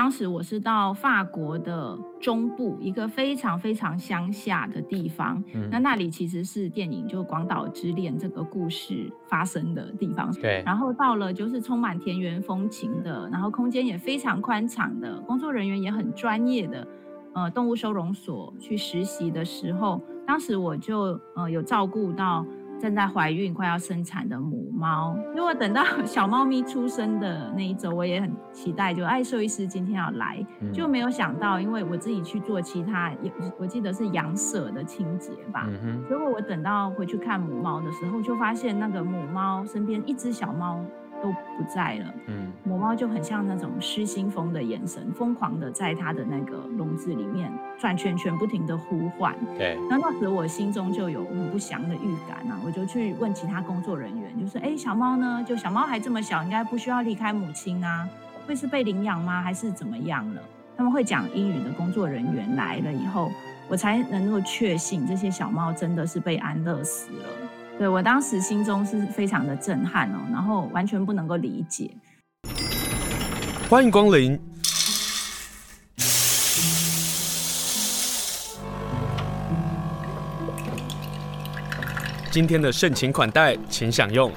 当时我是到法国的中部一个非常非常乡下的地方，那里其实是电影就《广岛之恋》这个故事发生的地方。 对， 然后到了就是充满田园风情的，然后空间也非常宽敞的，工作人员也很专业的动物收容所去实习的时候，当时我就有照顾到正在怀孕快要生产的母猫。如果等到小猫咪出生的那一周，我也很期待，就兽医师今天要来，就没有想到，因为我自己去做其他，我记得是羊舍的清洁吧。结果我等到回去看母猫的时候，就发现那个母猫身边一只小猫都不在了。母猫就很像那种失心疯的眼神，疯狂的在它的那个笼子里面转圈圈，不停的呼唤。 对， 那时我心中就有很不祥的预感啊，我就去问其他工作人员，就是小猫呢？就小猫还这么小，应该不需要离开母亲啊，会是被领养吗？还是怎么样了？他们会讲英语的工作人员来了以后，我才能够确信这些小猫真的是被安乐死了。对，我当时心中是非常的震撼哦，然后完全不能够理解。 欢迎光临。今天的盛情款待，请享用。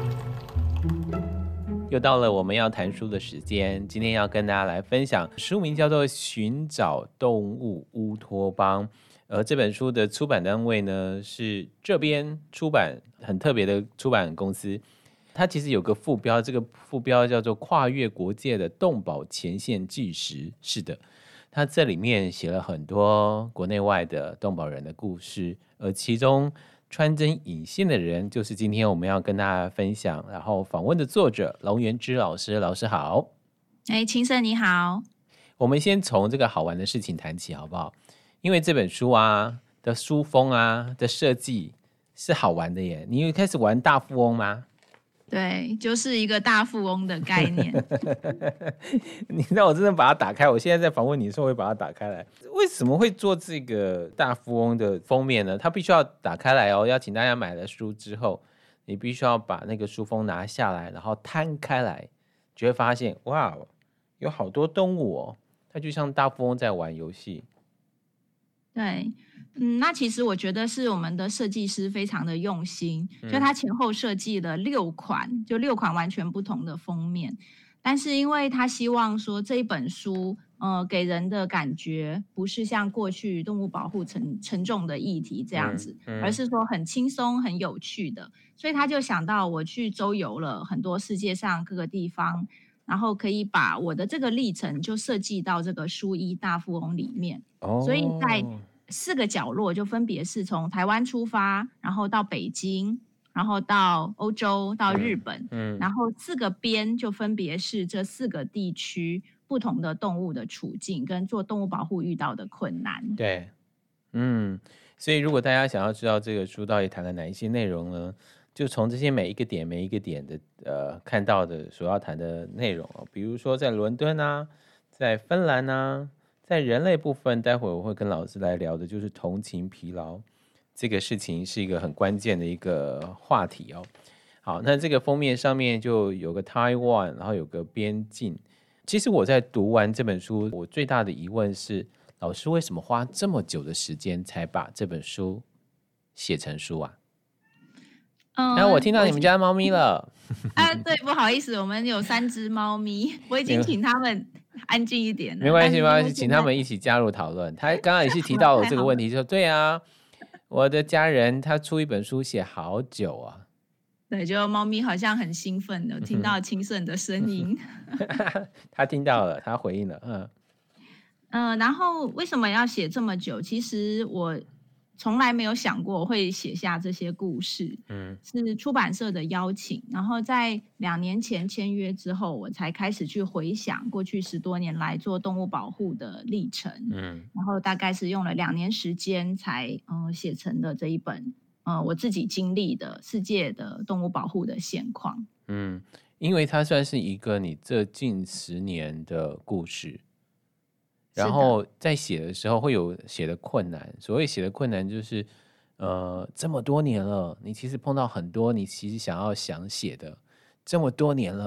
又到了我们要谈书的时间，今天要跟大家来分享，书名叫做《寻找动物乌托邦》。而这本书的出版单位呢，是这边出版很特别的出版公司。它其实有个副标，这个副标叫做跨越国界的动保前线纪实。是的，它这里面写了很多国内外的动保人的故事，而其中穿针引线的人就是今天我们要跟大家分享然后访问的作者龙元之老师。老师好。 青盛你好。 我们先从这个好玩的事情谈起好不好？因为这本书啊的书封啊的设计是好玩的耶。你有开始玩大富翁吗？ 对，就是一个大富翁的概念。 你让我真的把它打开，我现在在访问你的时候会把它打开来。为什么会做这个大富翁的封面呢？它必须要打开来哦，要请大家买了书之后，你必须要把那个书封拿下来，然后摊开来，就会发现哇，有好多动物哦，它就像大富翁在玩游戏。 对，那其实我觉得是我们的设计师非常的用心，就他前后设计了6款，就6款完全不同的封面。但是因为他希望说这一本书，给人的感觉不是像过去动物保护沉重的议题这样子，而是说很轻松、很有趣的，所以他就想到我去周游了很多世界上各个地方，然后可以把我的这个历程就设计到这个书衣大富翁里面。所以在4个角落就分别是从台湾出发，然后到北京，然后到欧洲，到日本，然后4个边就分别是这4个地区不同的动物的处境跟做动物保护遇到的困难。 对，所以如果大家想要知道这个书到底谈了哪一些内容呢，就从这些每一个点的看到的所要谈的内容，比如说在伦敦啊，在芬兰啊，在人类部分，待会我会跟老师来聊的就是同情疲劳这个事情，是一个很关键的一个话题哦。好，那这个封面上面就有个 Taiwan， 然后有个边境。其实我在读完这本书，我最大的疑问是，老师为什么花这么久的时间才把这本书写成书啊？我听到你们家猫咪了。 对，不好意思，我们有3只猫咪，我已经请他们安静一点了。 没关系，请他们一起加入讨论。他刚刚也是提到了这个问题，说对啊，我的家人他出一本书写好久啊。 对，就猫咪好像很兴奋的听到清盛的声音。 他听到了，他回应了。 然后为什么要写这么久？其实我从来没有想过会写下这些故事，是出版社的邀请，然后在2年前签约之后，我才开始去回想过去10多年来做动物保护的历程，然后大概是用了2年时间才写成的这一本我自己经历的世界的动物保护的现况。 因为它算是一个你这近10年的故事。然后在写的时候会有写的困难，所谓写的困难就是这么多年了，你其实碰到很多你其实想写的，这么多年了，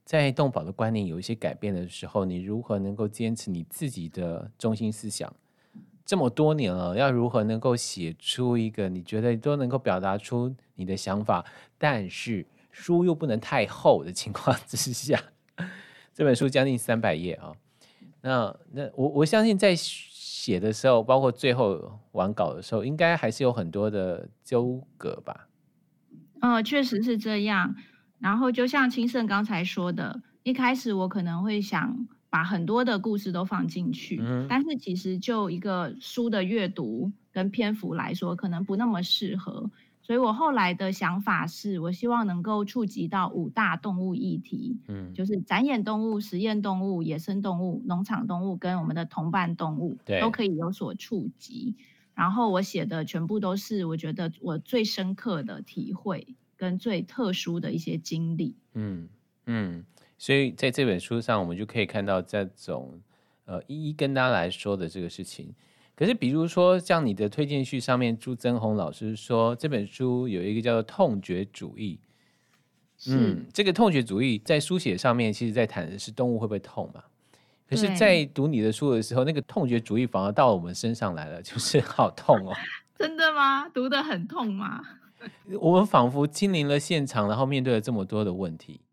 在动保的观念有一些改变的时候，你如何能够坚持你自己的中心思想？这么多年了，要如何能够写出一个你觉得都能够表达出你的想法，但是书又不能太厚的情况之下，这本书将近300页啊。那我相信在写的时候，包括最后完稿的时候，应该还是有很多的纠葛吧？ 确实是这样。然后就像清盛刚才说的，一开始我可能会想把很多的故事都放进去，但是其实就一个书的阅读跟篇幅来说，可能不那么适合。所以我后来的想法是，我希望能够触及到5大动物议题，就是展演动物、实验动物、野生动物、农场动物跟我们的同伴动物都可以有所触及。然后我写的全部都是我觉得我最深刻的体会跟最特殊的一些经历。 所以在这本书上，我们就可以看到这种一一跟大家来说的这个事情。可是比如说像你的推荐序上面，朱增宏老师说这本书有一个叫做痛觉主义。这个痛觉主义在书写上面，其实在谈的是动物会不会痛嘛。可是在读你的书的时候，那个痛觉主义反而到我们身上来了，就是好痛哦。 真的吗？读得很痛吗？ 我们仿佛亲临了现场，然后面对了这么多的问题。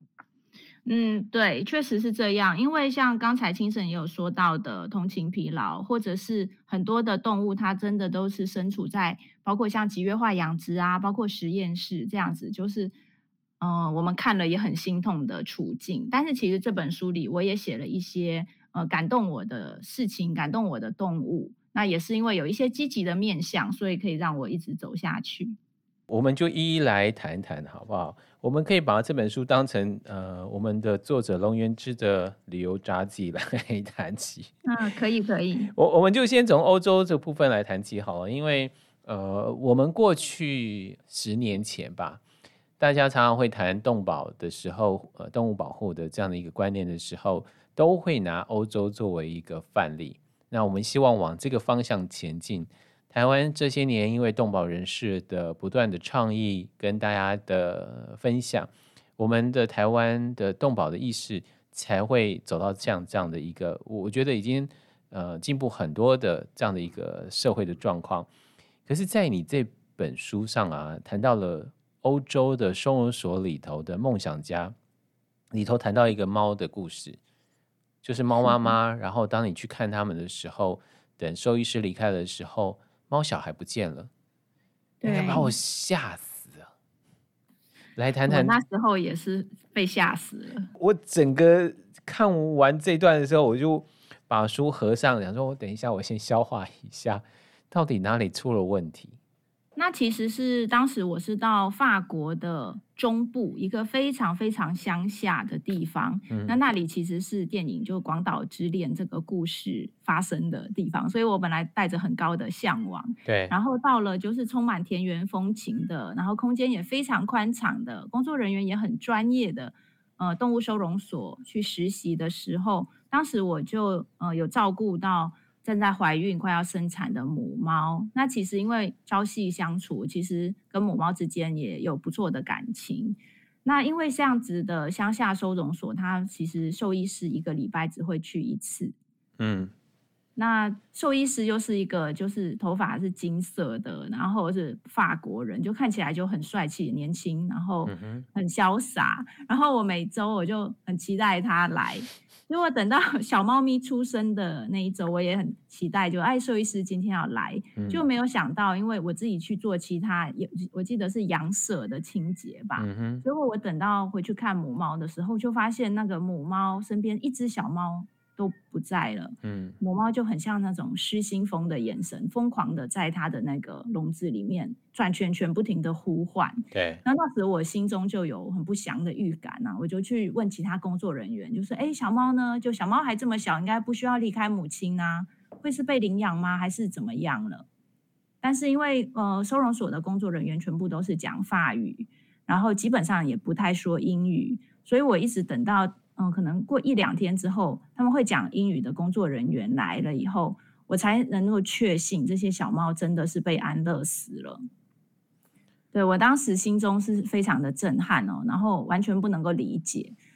对，确实是这样。因为像刚才清盛也有说到的同情疲劳，或者是很多的动物，它真的都是身处在包括像集约化养殖啊，包括实验室这样子，就是我们看了也很心痛的处境。但是其实这本书里我也写了一些感动我的事情，感动我的动物。那也是因为有一些积极的面向，所以可以让我一直走下去。 我们就一一来谈谈好不好？我们可以把这本书当成我们的作者龙元之的旅游札记来谈起。 可以。 我们就先从欧洲这部分来谈起好了，因为我们过去10年前吧，大家常常会谈动保的时候，动物保护的这样的一个观念的时候，都会拿欧洲作为一个范例。那我们希望往这个方向前进。台湾这些年因为动保人士的不断的倡议跟大家的分享，我们的台湾的动保的意识才会走到这样的一个，我觉得已经进步很多的这样的一个社会的状况。可是在你这本书上啊，谈到了欧洲的收容所里头的梦想家，里头谈到一个猫的故事，就是猫妈妈，然后当你去看他们的时候，等兽医师离开的时候，猫小孩不见了，应该把我吓死了。来谈谈， 我那时候也是被吓死了。 我整个看完这段的时候，我就把书合上，想说我等一下我先消化一下，到底哪里出了问题。 那其实是当时我是到法国的中部一个非常非常乡下的地方，那里其实是电影就《广岛之恋》这个故事发生的地方，所以我本来带着很高的向往， 对， 然后到了就是充满田园风情的，然后空间也非常宽敞的，工作人员也很专业的动物收容所去实习的时候，当时我就有照顾到正在怀孕快要生产的母猫。那其实因为朝夕相处，其实跟母猫之间也有不错的感情。那因为这样子的乡下收容所，它其实兽医师1个礼拜只会去1次。那兽医师又是一个就是头发是金色的，然后是法国人，就看起来就很帅气年轻，然后很潇洒。然后我每周我就很期待他来，结果等到小猫咪出生的那一周，我也很期待，就兽医师今天要来，就没有想到，因为我自己去做其他，我记得是羊舍的清洁吧，结果我等到回去看母猫的时候，就发现那个母猫身边一只小猫都不在了，母猫就很像那种失心疯的眼神，疯狂的在它的那个笼子里面转圈圈，不停的呼唤。 对， 那时我心中就有很不祥的预感啊，我就去问其他工作人员，就说：“小猫呢？就小猫还这么小，应该不需要离开母亲啊，会是被领养吗？还是怎么样了？”但是因为收容所的工作人员全部都是讲法语，然后基本上也不太说英语，所以我一直等到可能过1-2天之后，他们会讲英语的工作人员来了以后，我才能够确信这些小猫真的是被安乐死了。对，我当时心中是非常的震撼然后完全不能够理解。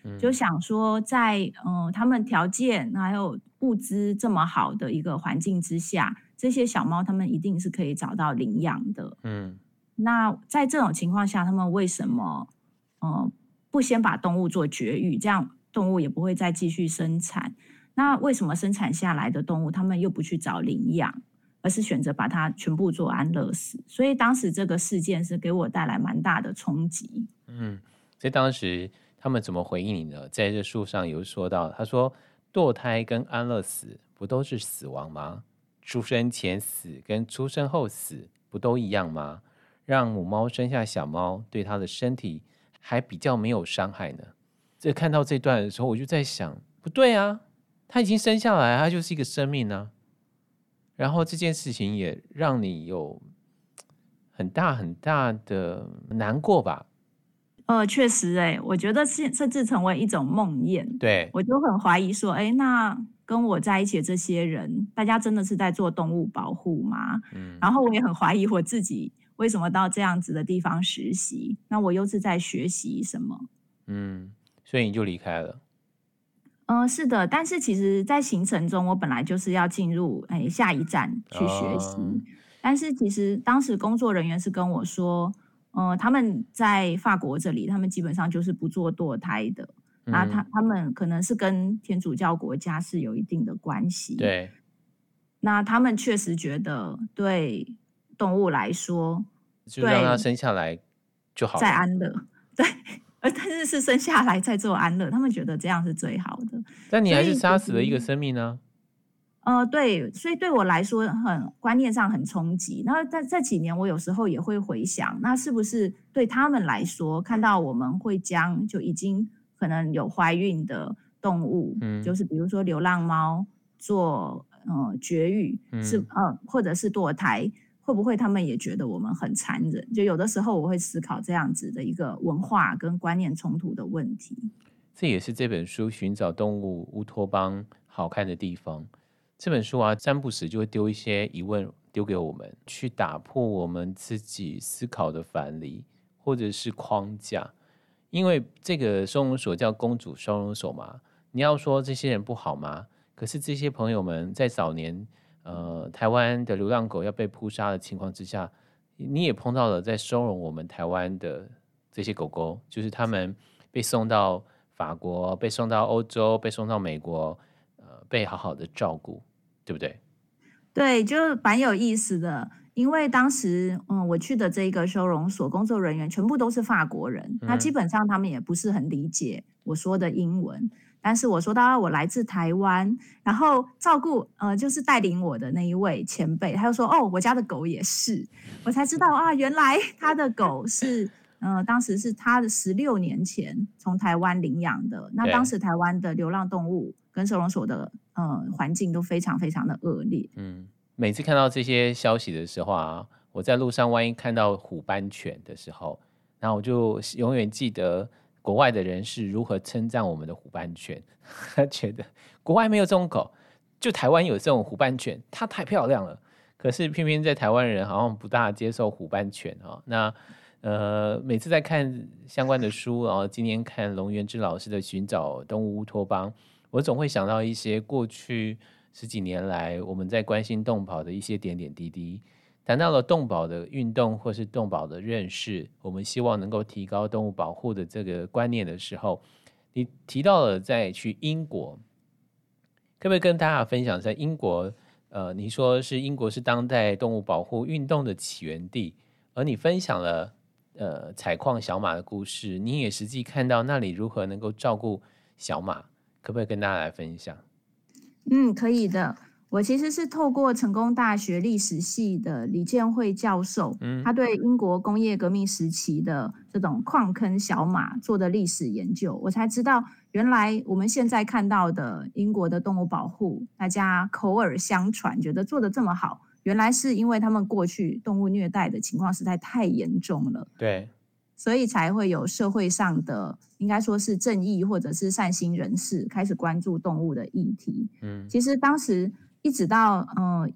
就想说在他们条件还有物资这么好的一个环境之下，这些小猫它们一定是可以找到领养的。那在这种情况下，他们为什么不先把动物做绝育，这样动物也不会再继续生产？那为什么生产下来的动物他们又不去找领养，而是选择把它全部做安乐死？所以当时这个事件是给我带来蛮大的冲击。 所以当时他们怎么回应你呢？在这书上有说到，他说堕胎跟安乐死不都是死亡吗？出生前死跟出生后死不都一样吗？让母猫生下小猫，对它的身体还比较没有伤害呢。这看到这段的时候，我就在想，不对啊，它已经生下来，它就是一个生命啊。然后这件事情也让你有很大很大的难过吧？ 确实我觉得甚至成为一种梦魇。 对， 我就很怀疑说，那跟我在一起的这些人，大家真的是在做动物保护吗？然后我也很怀疑我自己为什么到这样子的地方实习，那我又是在学习什么？ 所以你就离开了。 是的，但是其实在行程中，我本来就是要进入下一站去学习，但是其实当时工作人员是跟我说，他们在法国这里，他们基本上就是不做堕胎的。那他们可能是跟天主教国家是有一定的关系。 对， 那他们确实觉得对动物来说， 就让它生下来就好了， 再安乐。对，但是是生下来再做安乐，他们觉得这样是最好的。 但你还是杀死了一个生命呢？ 对，所以对我来说观念上很冲击。那在这几年，我有时候也会回想，那是不是对他们来说，看到我们会将就已经可能有怀孕的动物，就是比如说流浪猫做绝育，或者是堕胎，会不会他们也觉得我们很残忍？就有的时候我会思考这样子的一个文化跟观念冲突的问题。 这也是这本书《寻找动物乌托邦》好看的地方。这本书啊，占卜时就会丢一些疑问丢给我们，去打破我们自己思考的藩篱或者是框架。因为这个收容所叫公主收容所嘛，你要说这些人不好吗？可是这些朋友们在早年台湾的流浪狗要被扑杀的情况之下，你也碰到了在收容我们台湾的这些狗狗，就是他们被送到法国，被送到欧洲，被送到美国，被好好的照顾，对不对？ 对，就蛮有意思的。因为当时我去的这个收容所工作人员全部都是法国人，那基本上他们也不是很理解我说的英文，但是我说到我来自台湾，然后照顾就是带领我的那一位前辈，他就说我家的狗也是，我才知道原来他的狗是当时是他的16年前从台湾领养的。那当时台湾的流浪动物跟收容所的环境都非常非常的恶劣。 每次看到这些消息的时候啊，我在路上万一看到虎斑犬的时候，然后我就永远记得国外的人是如何称赞我们的虎斑犬。他觉得国外没有这种狗，就台湾有这种虎斑犬，它太漂亮了。可是偏偏在台湾人好像不大接受虎斑犬那每次在看相关的书，然后今天看龙元之老师的《寻找动物乌托邦》，我总会想到一些过去10几年来我们在关心动保的一些点点滴滴。谈到了动保的运动或是动保的认识，我们希望能够提高动物保护的这个观念的时候，你提到了在去英国，可不可以跟大家分享在英国你说是英国是当代动物保护运动的起源地，而你分享了采矿小马的故事，你也实际看到那里如何能够照顾小马，可不可以跟大家来分享？ 可以的。我其实是透过成功大学历史系的李建慧教授，他对英国工业革命时期的这种矿坑小马做的历史研究，我才知道原来我们现在看到的英国的动物保护，大家口耳相传觉得做得这么好，原来是因为他们过去动物虐待的情况实在太严重了。 对， 所以才会有社会上的应该说是正义或者是善心人士开始关注动物的议题。其实当时一直到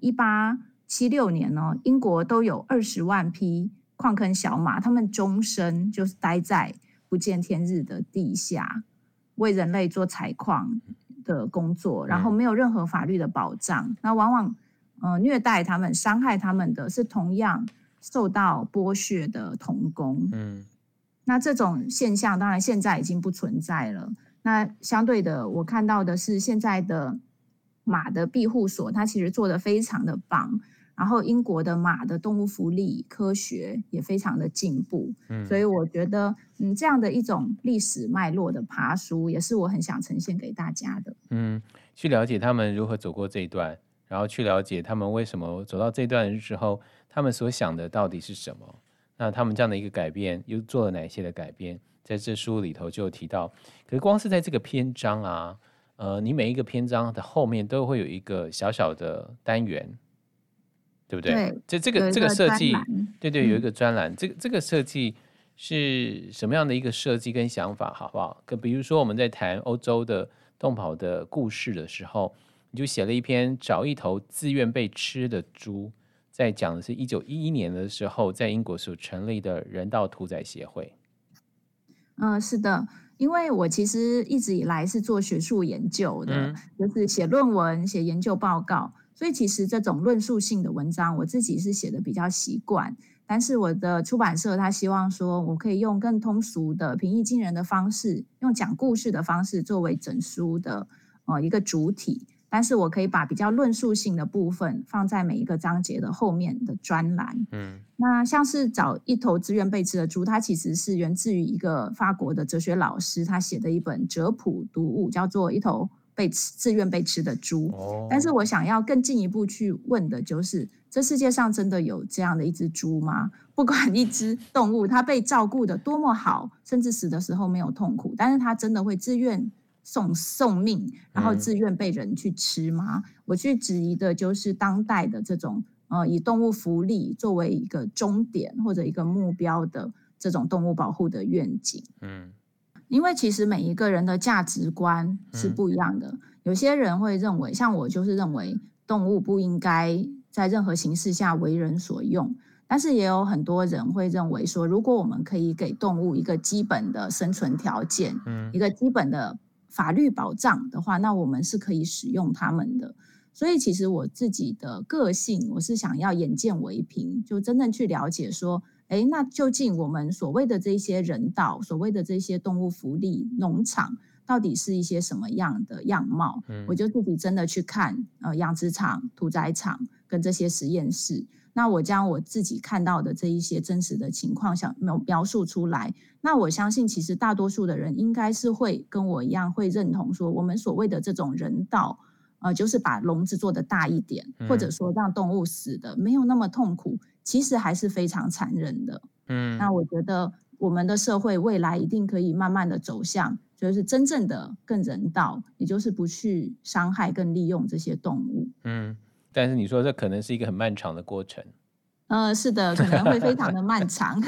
1876年英国都有20万匹矿坑小马，他们终身就是待在不见天日的地下。 为人类做采矿的工作，然后没有任何法律的保障，那往往虐待他们、伤害他们的是同样受到剥削的童工。那这种现象当然现在已经不存在了。那相对的，我看到的是现在的马的庇护所，它其实做得非常的棒。然后英国的马的动物福利科学也非常的进步，所以我觉得这样的一种历史脉络的爬梳也是我很想呈现给大家的。 去了解他们如何走过这一段，然后去了解他们为什么走到这一段的时候，他们所想的到底是什么，那他们这样的一个改变又做了哪些的改变，在这书里头就有提到。可是光是在这个篇章啊，你每一个篇章的后面都会有一个小小的单元，对不对？ 对， 这个设计，对，有一个专栏。这个设计是什么样的一个设计跟想法，好不好？比如说我们在谈欧洲的动保的故事的时候，你就写了一篇找一头自愿被吃的猪，在讲的是1911年的时候在英国所成立的人道屠宰协会。 是的，因为我其实一直以来是做学术研究的，就是写论文、写研究报告，所以其实这种论述性的文章，我自己是写的比较习惯。但是我的出版社他希望说，我可以用更通俗的、平易近人的方式，用讲故事的方式作为整书的一个主体。但是我可以把比较论述性的部分放在每一个章节的后面的专栏。那像是找一头自愿被吃的猪，它其实是源自于一个法国的哲学老师，他写的一本哲普读物，叫做《一头自愿被吃的猪》。但是我想要更进一步去问的就是，这世界上真的有这样的一只猪吗？不管一只动物它被照顾得多么好，甚至死的时候没有痛苦，但是它真的会自愿送命，然后自愿被人去吃吗？我去质疑的就是当代的这种以动物福利作为一个终点或者一个目标的这种动物保护的愿景。因为其实每一个人的价值观是不一样的，有些人会认为，像我就是认为动物不应该在任何形式下为人所用，但是也有很多人会认为说，如果我们可以给动物一个基本的生存条件，一个基本的法律保障的话，那我们是可以使用它们的。所以其实我自己的个性，我是想要眼见为凭，就真正去了解说，那究竟我们所谓的这些人道，所谓的这些动物福利农场，到底是一些什么样的样貌？我就自己真的去看养殖场、屠宰场跟这些实验室，那我将我自己看到的这一些真实的情况想描述出来。那我相信其实大多数的人应该是会跟我一样会认同说，我们所谓的这种人道就是把笼子做得大一点，或者说让动物死的没有那么痛苦，其实还是非常残忍的。那我觉得我们的社会未来一定可以慢慢的走向就是真正的更人道，也就是不去伤害跟利用这些动物。 但是你说这可能是一个很漫长的过程。 是的，可能会非常的漫长。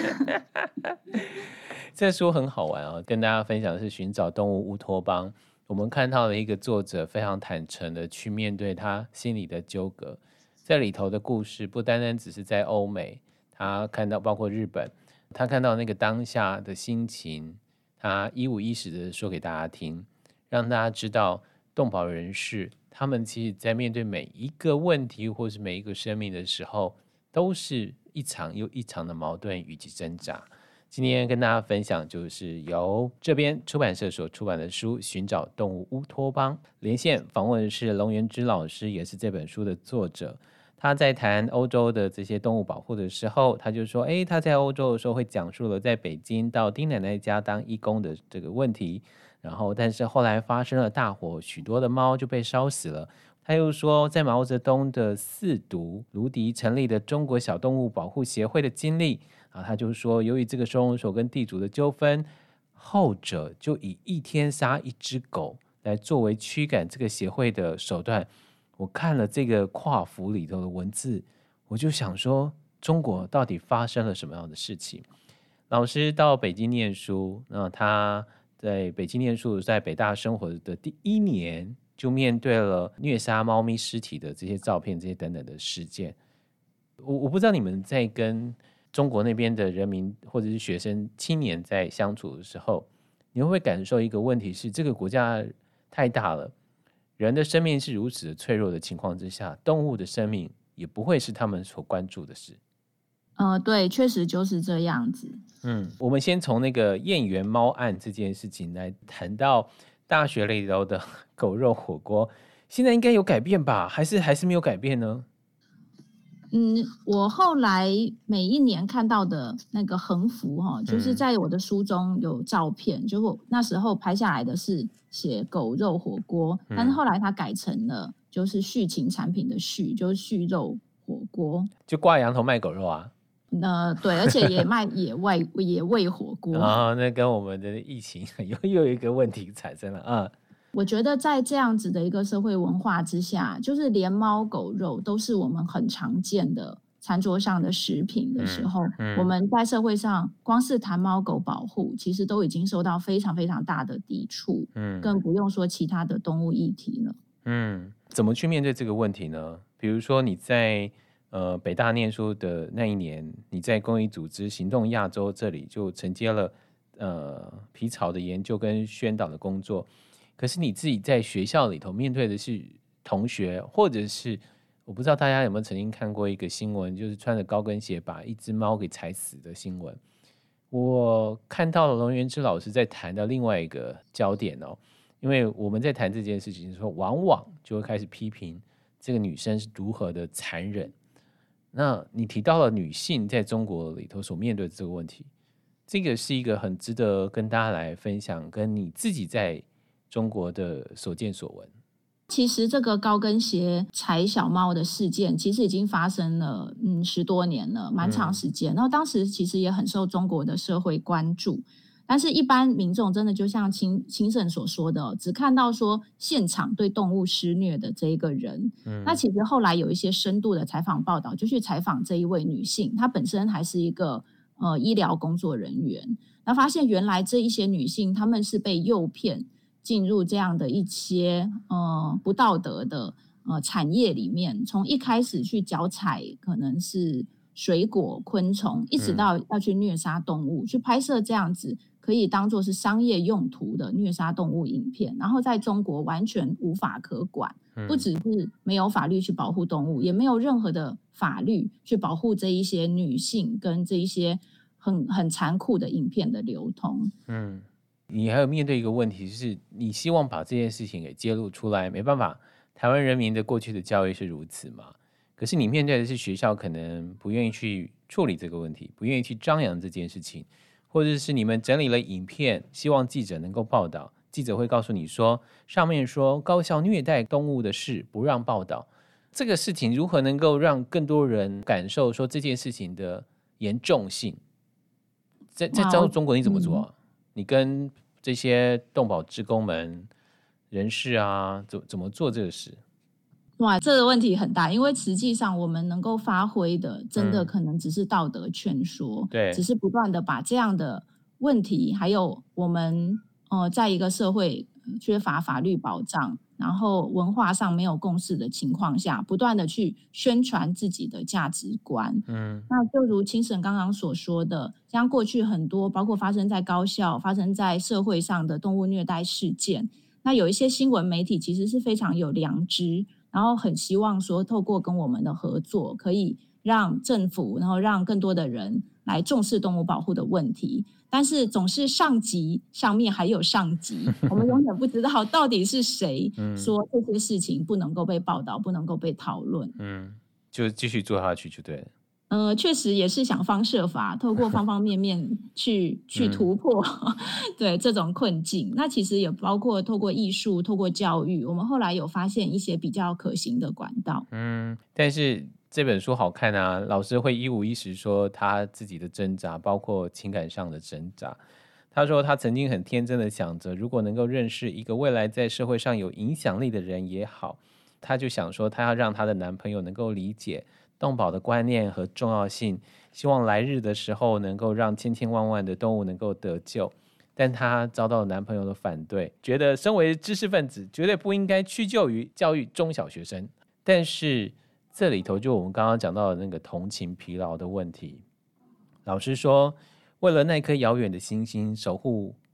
这书很好玩啊，跟大家分享的是寻找动物乌托邦。我们看到了一个作者非常坦诚的去面对他心里的纠葛，在里头的故事不单单只是在欧美，他看到包括日本，他看到那个当下的心情，他一五一十的说给大家听，让大家知道动保人士他们其实在面对每一个问题或是每一个生命的时候，都是一场又一场的矛盾以及挣扎。今天跟大家分享就是由这边出版社所出版的书《寻找动物乌托邦》，连线访问的是龙元之老师，也是这本书的作者。他在谈欧洲的这些动物保护的时候，他就说他在欧洲的时候会讲述了在北京到丁奶奶家当义工的这个问题，然后但是后来发生了大火，许多的猫就被烧死了。他又说在毛泽东的四独卢迪成立的中国小动物保护协会的经历，他就说由于这个收容所跟地主的纠纷，后者就以一天杀一只狗来作为驱赶这个协会的手段。我看了这个跨幅里头的文字，我就想说中国到底发生了什么样的事情。老师到北京念书，那他在北京念书，在北大生活的第1年就面对了虐杀猫咪尸体的这些照片，这些等等的事件。我不知道你们在跟中国那边的人民或者是学生青年在相处的时候，你你会不会感受一个问题是，这个国家太大了，人的生命是如此的脆弱的情况之下，动物的生命也不会是他们所关注的事。 对，确实就是这样子。 我们先从那个燕园猫案这件事情来谈到大学里头的狗肉火锅，现在应该有改变吧？还是没有改变呢？ 我后来每一年看到的那个横幅就是在我的书中有照片，就我那时候拍下来的是写狗肉火锅，但是后来它改成了就是畜禽产品的畜，就是畜肉火锅， 就挂羊头卖狗肉啊。 对，而且也卖野味火锅。 那跟我们的疫情又有一个问题产生了。 我觉得在这样子的一个社会文化之下，就是连猫狗肉都是我们很常见的餐桌上的食品的时候，我们在社会上光是谈猫狗保护，其实都已经受到非常非常大的抵触，更不用说其他的动物议题了。 怎么去面对这个问题呢？比如说你在北大念书的那一年，你在公益组织行动亚洲这里就承接了皮草的研究跟宣导的工作，可是你自己在学校里头面对的是同学，或者是我不知道大家有没有曾经看过一个新闻，就是穿着高跟鞋把一只猫给踩死的新闻。我看到了龙元之老师在谈到另外一个焦点因为我们在谈这件事情的时候，往往就会开始批评这个女生是如何的残忍。那你提到了女性在中国里头所面对的这个问题，这个是一个很值得跟大家来分享，跟你自己在中国的所见所闻。 其实这个高跟鞋踩小猫的事件其实已经发生了10多年了，蛮长时间。然后当时其实也很受中国的社会关注，但是一般民众真的就像清盛所说的只看到说现场对动物施虐的这一个人。那其实后来有一些深度的采访报道，就去采访这一位女性，她本身还是一个医疗工作人员，那发现原来这一些女性她们是被诱骗进入这样的一些不道德的产业里面，从一开始去脚踩可能是水果昆虫，一直到要去虐杀动物，去拍摄这样子可以当作是商业用途的虐杀动物影片，然后在中国完全无法可管，不只是没有法律去保护动物，也没有任何的法律去保护这一些女性跟这一些很残酷的影片的流通。 你还有面对一个问题，就是你希望把这件事情给揭露出来，没办法，台湾人民的过去的教育是如此嘛？可是你面对的是学校可能不愿意去处理这个问题，不愿意去张扬这件事情，或者是你们整理了影片，希望记者能够报道，记者会告诉你说，上面说高校虐待动物的事不让报道，这个事情如何能够让更多人感受说这件事情的严重性？在中国你怎么做你跟这些动保志工们人士啊，怎么做这个事？ 哇，这个问题很大，因为实际上我们能够发挥的，真的可能只是道德劝说， 对， 只是不断的把这样的问题，还有我们在一个社会缺乏法律保障，然后文化上没有共识的情况下，不断的去宣传自己的价值观。那就如清盛刚刚所说的，像过去很多包括发生在高校、发生在社会上的动物虐待事件，那有一些新闻媒体其实是非常有良知，然后很希望说透过跟我们的合作，可以让政府，然后让更多的人来重视动物保护的问题。但是总是上级上面还有上级，我们永远不知道到底是谁说这些事情不能够被报道，不能够被讨论。 就继续做下去就对了。 确实也是想方设法，透过方方面面去突破对这种困境。那其实也包括透过艺术、透过教育，我们后来有发现一些比较可行的管道。 但是这本书好看啊，老师会一五一十说他自己的挣扎，包括情感上的挣扎。他说他曾经很天真的想着，如果能够认识一个未来在社会上有影响力的人也好，他就想说他要让他的男朋友能够理解动保的观念和重要性，希望来日的时候能够让千千万万的动物能够得救。但她遭到了男朋友的反对，觉得身为知识分子绝对不应该屈就于教育中小学生。但是这里头就我们刚刚讲到的那个同情疲劳的问题，老师说为了那颗遥远的星星，守护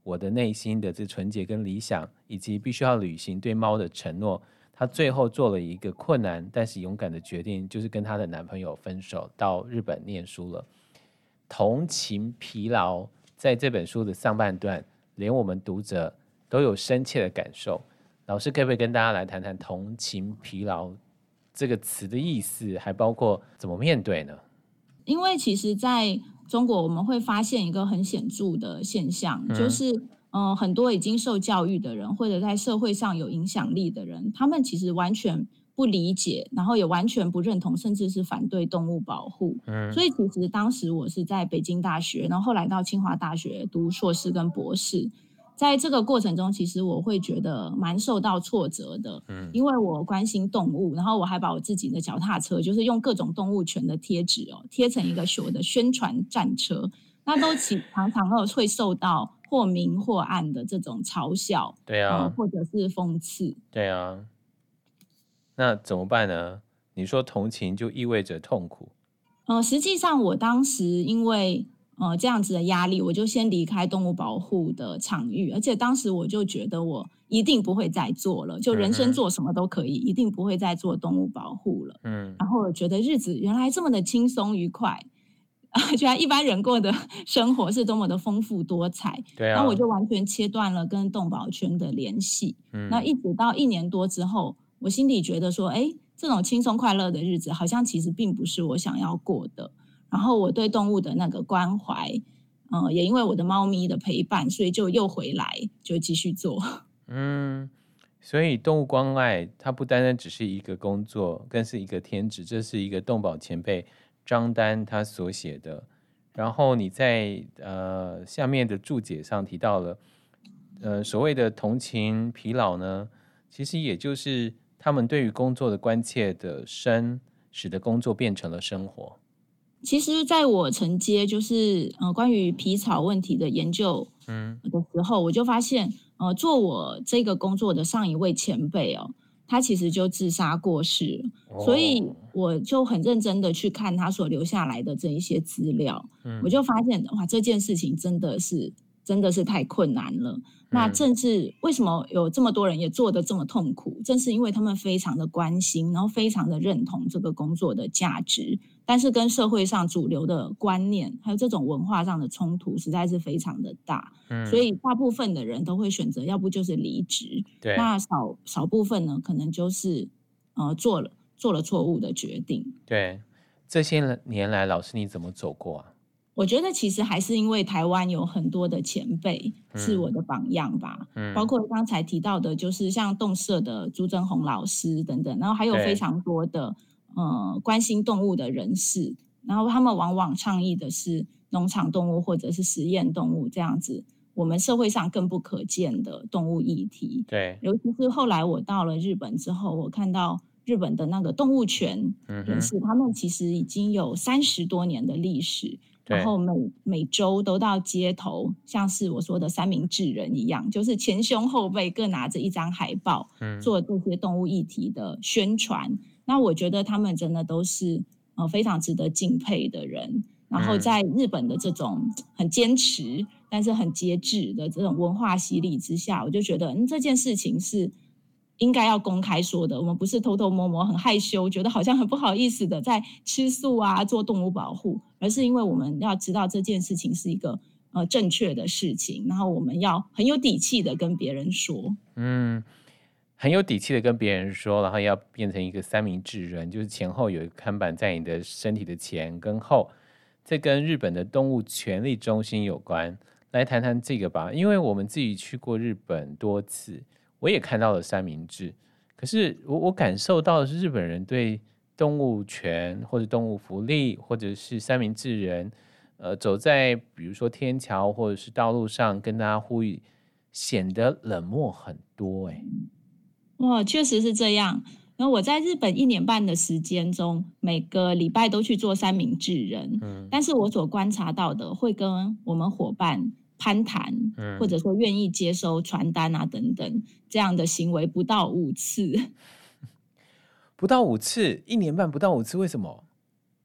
我的内心的这纯洁跟理想，以及必须要履行对猫的承诺，她最后做了一个困难但是勇敢的决定，就是跟她的男朋友分手，到日本念书了。同情疲劳在这本书的上半段，连我们读者都有深切的感受。老师可不可以跟大家来谈谈同情疲劳这个词的意思，还包括怎么面对呢？ 因为其实在中国我们会发现一个很显著的现象，就是很多已经受教育的人或者在社会上有影响力的人，他们其实完全不理解，然后也完全不认同，甚至是反对动物保护。所以其实当时我是在北京大学，然后后来到清华大学读硕士跟博士。在这个过程中，其实我会觉得蛮受到挫折的，因为我关心动物，然后我还把我自己的脚踏车，就是用各种动物权的贴纸贴成一个我的宣传战车，那都常常会受到或明或暗的这种嘲笑， 对啊， 或者是讽刺。 对啊，那怎么办呢？你说同情就意味着痛苦。 实际上我当时因为这样子的压力，我就先离开动物保护的场域，而且当时我就觉得我一定不会再做了，就人生做什么都可以，一定不会再做动物保护了。然后我觉得日子原来这么的轻松愉快，居然一般人过的生活是多么的丰富多彩。 对啊， 那我就完全切断了跟动保圈的联系。那一直到1年多之后，我心里觉得说，这种轻松快乐的日子好像其实并不是我想要过的。然后我对动物的那个关怀，也因为我的猫咪的陪伴，所以就又回来，就继续做。 所以动物关爱它不单单只是一个工作，更是一个天职。这是一个动保前辈张丹他所写的。然后你在下面的注解上提到了，所谓的同情疲劳呢，其实也就是他们对于工作的关切的深，使得工作变成了生活。 其实在我承接就是关于皮草问题的研究的时候，我就发现做我这个工作的上一位前辈他其实就自杀过世了。所以我就很认真的去看他所留下来的这一些资料，我就发现哇，这件事情真的是太困难了。那正是为什么有这么多人也做得这么痛苦，正是因为他们非常的关心，然后非常的认同这个工作的价值，但是跟社会上主流的观念还有这种文化上的冲突实在是非常的大。所以大部分的人都会选择要不就是离职， 对， 那少部分呢可能就是做了错误的决定。 对，这些年来老师你怎么走过啊？ 我觉得其实还是因为台湾有很多的前辈是我的榜样吧，包括刚才提到的就是像动社的朱正宏老师等等，然后还有非常多的关心动物的人士，然后他们往往倡议的是农场动物或者是实验动物这样子我们社会上更不可见的动物议题。 对， 尤其是后来我到了日本之后，我看到日本的那个动物权人士，他们其实已经有30多年的历史，然后每周都到街头，像是我说的三明治人一样，就是前胸后背各拿着一张海报，做这些动物议题的宣传。那我觉得他们真的都是非常值得敬佩的人。然后在日本的这种很坚持但是很节制的这种文化洗礼之下，我就觉得这件事情是应该要公开说的，我们不是偷偷摸摸很害羞觉得好像很不好意思的在吃素啊做动物保护，而是因为我们要知道这件事情是一个正确的事情，然后我们要很有底气的跟别人说。 很有底气的跟别人说，然后要变成一个三明治人，就是前后有一个看板在你的身体的前跟后。这跟日本的动物权利中心有关，来谈谈这个吧。因为我们自己去过日本多次，我也看到了三明治，可是我感受到的是日本人对动物权或者动物福利或者是三明治人走在比如说天桥或者是道路上跟大家呼吁，显得冷漠很多。 哇，确实是这样。然后我在日本1年半的时间中，每个礼拜都去做三明治人，但是我所观察到的会跟我们伙伴攀谈，或者说愿意接收传单啊等等这样的行为不到5次。 不到5次，1年半不到5次，为什么？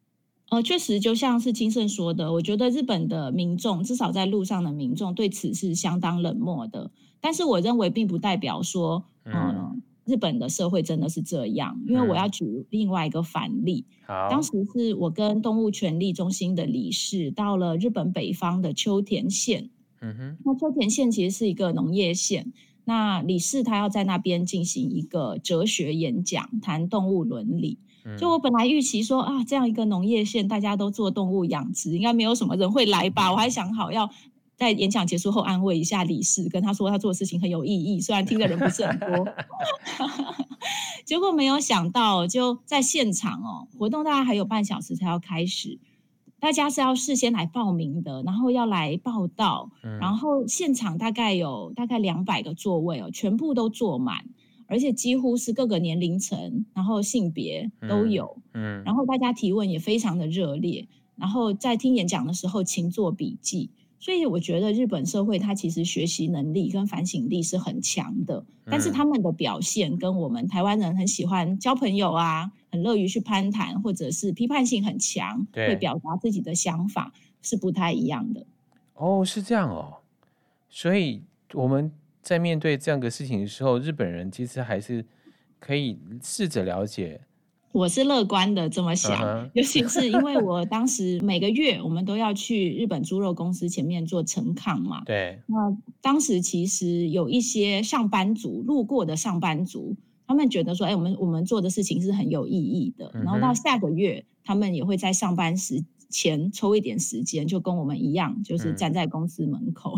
确实就像是金盛说的，我觉得日本的民众，至少在路上的民众对此是相当冷漠的。但是我认为并不代表说，日本的社会真的是这样。因为我要举另外一个反例，当时是我跟动物权利中心的理事到了日本北方的秋田县。那秋田县其实是一个农业县，那理事他要在那边进行一个哲学演讲，谈动物伦理。就我本来预期说啊，这样一个农业县大家都做动物养殖，应该没有什么人会来吧。我还想好要在演讲结束后安慰一下理事，跟他说他做的事情很有意义，虽然听的人不是很多。结果没有想到就在现场活动大概还有半小时才要开始，大家是要事先来报名的，然后要来报到，然后现场大概200个座位全部都坐满，而且几乎是各个年龄层，然后性别都有，然后大家提问也非常的热烈，然后在听演讲的时候勤做笔记。所以我觉得日本社会它其实学习能力跟反省力是很强的，但是他们的表现跟我们台湾人很喜欢交朋友啊，很乐于去攀谈，或者是批判性很强，会表达自己的想法，是不太一样的。 是这样所以我们在面对这样的事情的时候，日本人其实还是可以试着了解。 我是乐观的这么想，尤其是因为我当时每个月我们都要去日本猪肉公司前面做陈抗嘛。 对。 那当时其实有一些上班族，路过的上班族，他们觉得说，我们做的事情是很有意义的。然后到下个月，他们也会在上班时前抽一点时间，就跟我们一样，就是站在公司门口。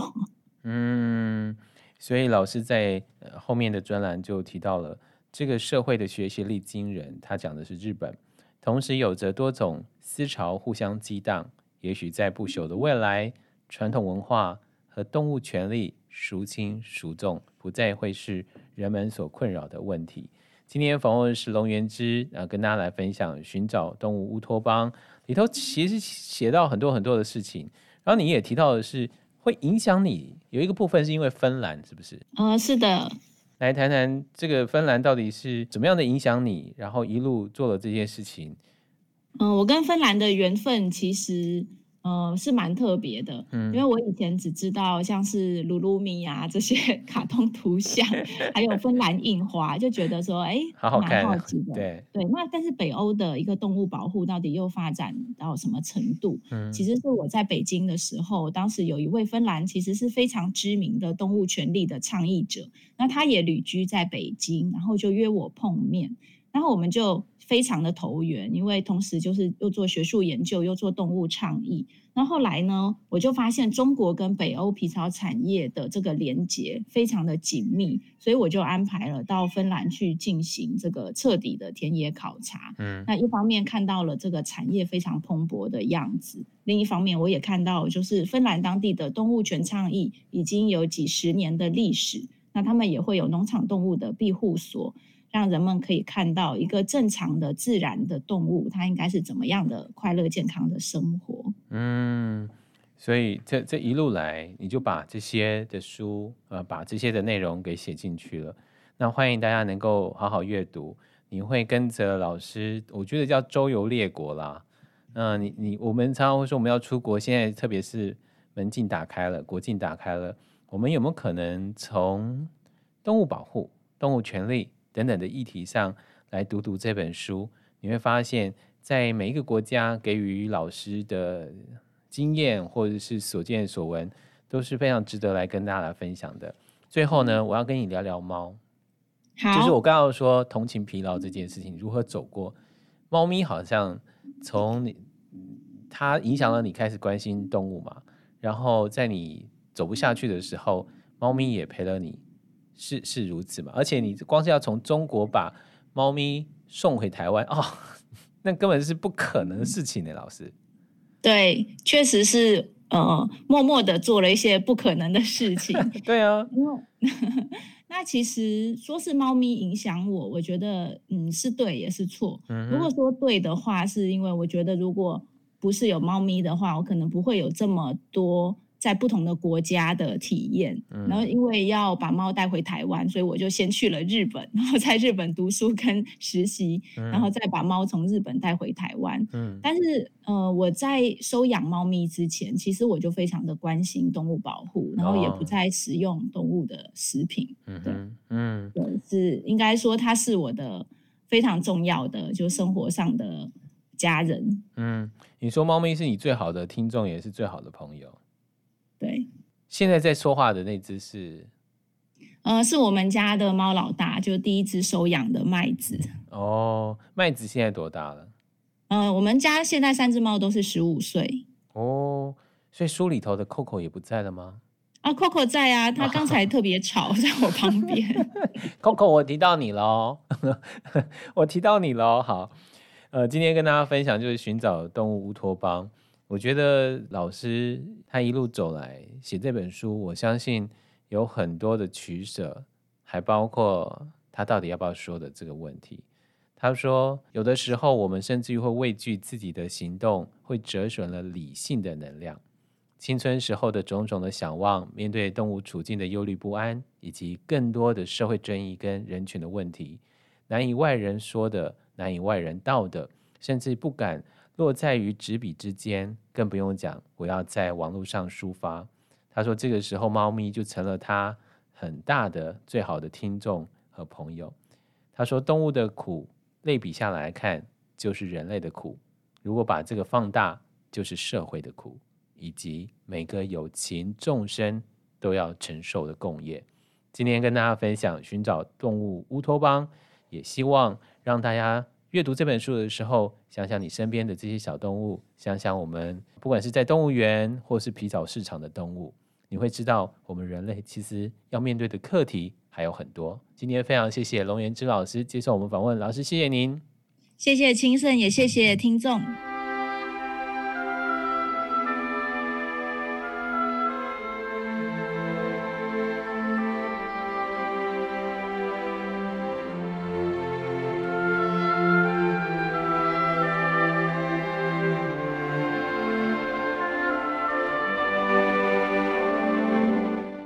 所以老师在后面的专栏就提到了。这个社会的学习力惊人，他讲的是日本，同时有着多种思潮互相激荡，也许在不久的未来，传统文化和动物权利孰轻孰重，不再会是人们所困扰的问题。今天访问的是龙元之，跟大家来分享《寻找动物乌托邦》里头，其实写到很多很多的事情，然后你也提到的是会影响你，有一个部分是因为芬兰，是不是？ 是的。 来谈谈这个芬兰到底是怎么样的影响你，然后一路做了这件事情。 我跟芬兰的缘分其实是蛮特别的，因为我以前只知道像是鲁鲁米啊这些卡通图像，还有芬兰印花，就觉得说好好看， 蛮好奇的。对，那但是北欧的一个动物保护到底又发展到什么程度？其实是我在北京的时候，当时有一位芬兰其实是非常知名的动物权利的倡议者，那他也旅居在北京，然后就约我碰面，然后我们就非常的投缘，因为同时就是又做学术研究，又做动物倡议。那后来呢，我就发现中国跟北欧皮草产业的这个连结非常的紧密，所以我就安排了到芬兰去进行这个彻底的田野考察。那一方面看到了这个产业非常蓬勃的样子，另一方面我也看到就是芬兰当地的动物权倡议已经有几十年的历史，那他们也会有农场动物的庇护所，让人们可以看到一个正常的自然的动物它应该是怎么样的快乐健康的生活。 所以这一路来你就把这些的书把这些的内容给写进去了。那欢迎大家能够好好阅读，你会跟着老师，我觉得叫周游列国啦。我们常常会说我们要出国，现在特别是门禁打开了，国境打开了，我们有没有可能从动物保护、动物权利等等的议题上来读读这本书？你会发现在每一个国家给予老师的经验或者是所见所闻都是非常值得来跟大家来分享的。最后呢，我要跟你聊聊猫。就是我刚刚说同情疲劳这件事情如何走过，猫咪好像从它影响了你开始关心动物嘛，然后在你走不下去的时候，猫咪也陪了你，是如此嘛？而且你光是要从中国把猫咪送回台湾那根本是不可能的事情呢，老师。 对，确实是默默的做了一些不可能的事情。 对啊， 那其实说是猫咪影响我，我觉得是对也是错。如果说对的话，是因为我觉得如果不是有猫咪的话，我可能不会有这么多在不同的国家的体验。然后因为要把猫带回台湾，所以我就先去了日本，然后在日本读书跟实习，然后再把猫从日本带回台湾。但是我在收养猫咪之前，其实我就非常的关心动物保护，然后也不再食用动物的食品。对，是应该说它是我的非常重要的就生活上的家人。 你说猫咪是你最好的听众，也是最好的朋友。 对， 现在在说话的那只是是我们家的猫老大，就第一只收养的麦子。 麦子现在多大了？ 我们家现在3只猫都是15岁。 所以书里头的 Coco 也不在了吗 ？Coco 在啊，他刚才特别吵，在我旁边。 Coco， 我提到你了我提到你了。好，今天跟大家分享就是寻找动物乌托邦。我觉得老师他一路走来写这本书，我相信有很多的取舍，还包括他到底要不要说的这个问题。他说有的时候我们甚至于会畏惧自己的行动会折损了理性的能量，青春时候的种种的想望，面对动物处境的忧虑不安，以及更多的社会争议跟人权的问题，难以外人说的，难以外人道的，甚至不敢落在于纸笔之间，更不用讲我要在网络上抒发。他说这个时候猫咪就成了他很大的最好的听众和朋友。他说动物的苦类比下来看就是人类的苦，如果把这个放大就是社会的苦，以及每个有情众生都要承受的共业。今天跟大家分享寻找动物乌托邦，也希望让大家阅读这本书的时候，想想你身边的这些小动物，想想我们不管是在动物园或是皮草市场的动物，你会知道我们人类其实要面对的课题还有很多。今天非常谢谢龙元之老师接受我们访问，老师谢谢您。 谢谢清盛，也谢谢听众。